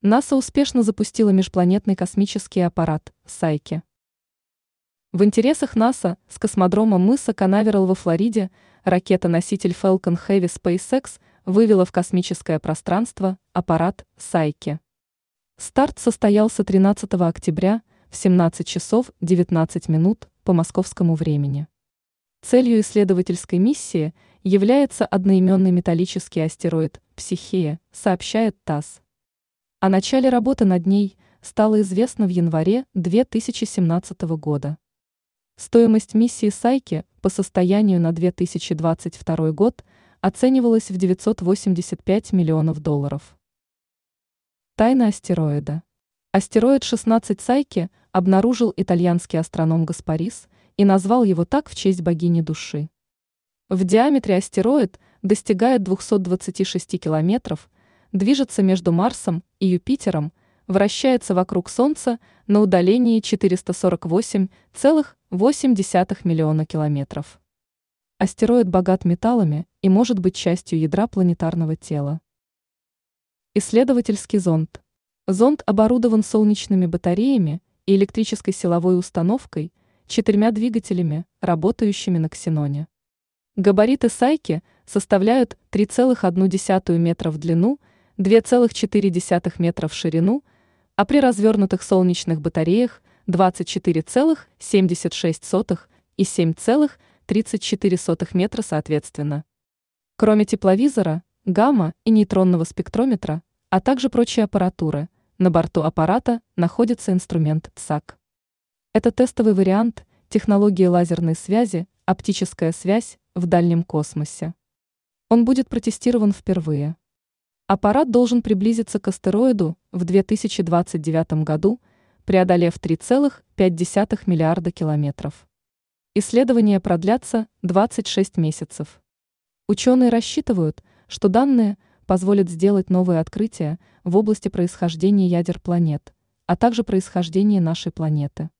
НАСА успешно запустила межпланетный космический аппарат «Сайки». В интересах НАСА с космодрома мыса Канаверал во Флориде ракета-носитель Falcon Heavy SpaceX вывела в космическое пространство аппарат «Сайки». Старт состоялся 13 октября в 17 часов 19 минут по московскому времени. Целью исследовательской миссии является одноименный металлический астероид Психея, сообщает ТАСС. О начале работы над ней стало известно в январе 2017 года. Стоимость миссии Сайки по состоянию на 2022 год оценивалась в $985 миллионов. Тайна астероида. Астероид 16 Сайки обнаружил итальянский астроном Гаспарис и назвал его так в честь богини души. В диаметре астероид достигает 226 километров, движется между Марсом и Юпитером, вращается вокруг Солнца на удалении 448,8 миллиона километров. Астероид богат металлами и может быть частью ядра планетарного тела. Исследовательский зонд. Зонд оборудован солнечными батареями и электрической силовой установкой, 4 двигателями, работающими на ксеноне. Габариты Сайки составляют 3,1 метра в длину, 2,4 метра в ширину, а при развернутых солнечных батареях 24,76 и 7,34 метра соответственно. Кроме тепловизора, гамма- и нейтронного спектрометра, а также прочей аппаратуры, на борту аппарата находится инструмент ЦАК. Это тестовый вариант технологии лазерной связи, оптическая связь в дальнем космосе. Он будет протестирован впервые. Аппарат должен приблизиться к астероиду в 2029 году, преодолев 3,5 миллиарда километров. Исследования продлятся 26 месяцев. Ученые рассчитывают, что данные позволят сделать новые открытия в области происхождения ядер планет, а также происхождения нашей планеты.